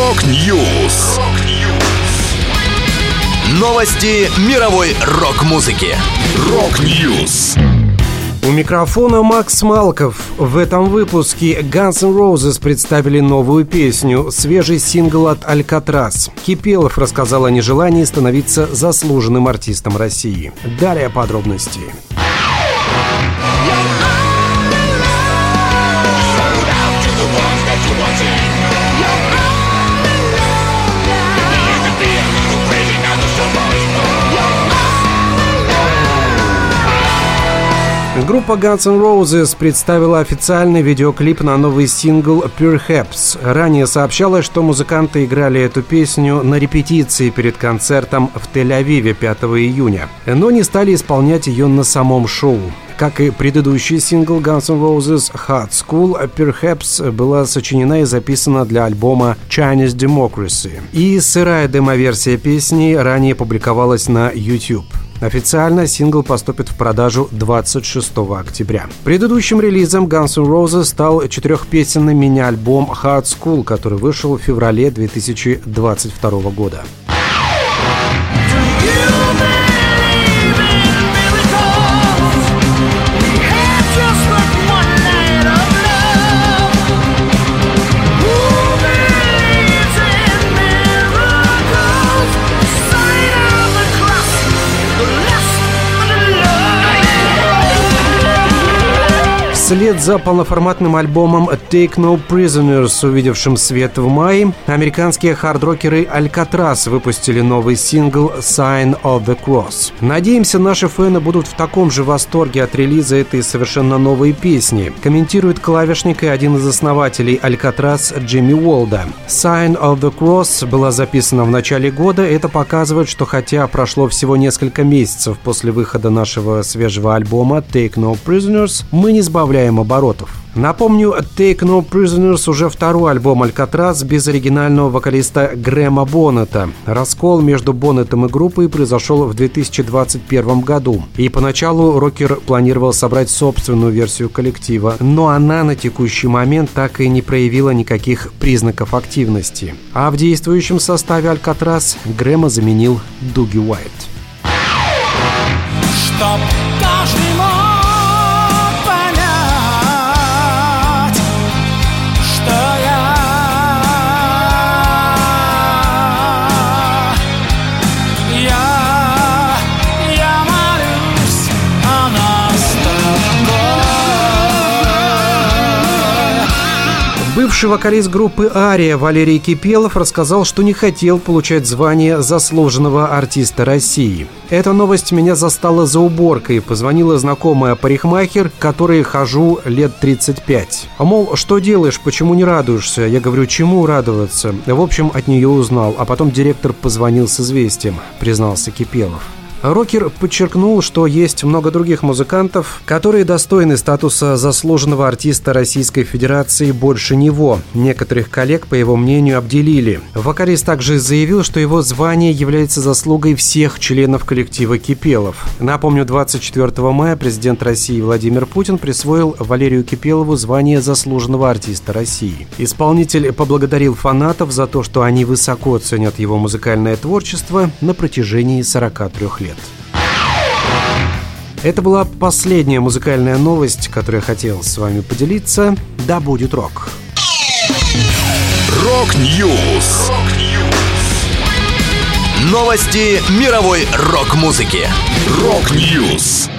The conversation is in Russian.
Рок-Ньюс. Новости мировой рок-музыки. Рок-Ньюс. У микрофона Макс Малков. В этом выпуске Guns N' Roses представили новую песню, свежий сингл от Алькатрас. Кипелов рассказал о нежелании становиться заслуженным артистом России. Далее подробности. Группа Guns N' Roses представила официальный видеоклип на новый сингл «Perhaps». Ранее сообщалось, что музыканты играли эту песню на репетиции перед концертом в Тель-Авиве 5 июня, но не стали исполнять ее на самом шоу. Как и предыдущий сингл Guns N' Roses «Hot School», «Perhaps» была сочинена и записана для альбома «Chinese Democracy». И сырая демо-версия песни ранее публиковалась на YouTube. Официально сингл поступит в продажу 26 октября. Предыдущим релизом Guns N' Roses стал четырехпесенный мини-альбом «Hot School», который вышел в феврале 2022 года. Вслед за полноформатным альбомом «Take No Prisoners», увидевшим свет в мае, американские хард-рокеры «Алькатрас» выпустили новый сингл «Sign of the Cross». Надеемся, наши фэны будут в таком же восторге от релиза этой совершенно новой песни, комментирует клавишник и один из основателей «Алькатрас» Джимми Уолда. «Sign of the Cross» была записана в начале года. Это показывает, что хотя прошло всего несколько месяцев после выхода нашего свежего альбома «Take No Prisoners», мы не сбавляем оборотов. Напомню, «Take No Prisoners» уже второй альбом «Алькатрас» без оригинального вокалиста Грэма Боннета. Раскол между Боннетом и группой произошел в 2021 году. И поначалу рокер планировал собрать собственную версию коллектива, но она на текущий момент так и не проявила никаких признаков активности. А в действующем составе «Алькатрас» Грэма заменил Дуги Уайт. Чтоб каждый мог Бывший вокалист группы «Ария» Валерий Кипелов рассказал, что не хотел получать звание заслуженного артиста России. «Эта новость меня застала за уборкой. Позвонила знакомая парикмахер, к которой хожу лет 35. Мол, что делаешь, почему не радуешься? Я говорю, чему радоваться? В общем, от нее узнал, а потом директор позвонил с известием», признался Кипелов. Рокер подчеркнул, что есть много других музыкантов, которые достойны статуса заслуженного артиста Российской Федерации больше него. Некоторых коллег, по его мнению, обделили. Вокалист также заявил, что его звание является заслугой всех членов коллектива Кипелов. Напомню, 24 мая президент России Владимир Путин присвоил Валерию Кипелову звание заслуженного артиста России. Исполнитель поблагодарил фанатов за то, что они высоко ценят его музыкальное творчество на протяжении 43 лет. Это была последняя музыкальная новость, которую я хотел с вами поделиться. Да будет рок! Рок-Ньюс. Новости мировой рок-музыки. Рок-Ньюс.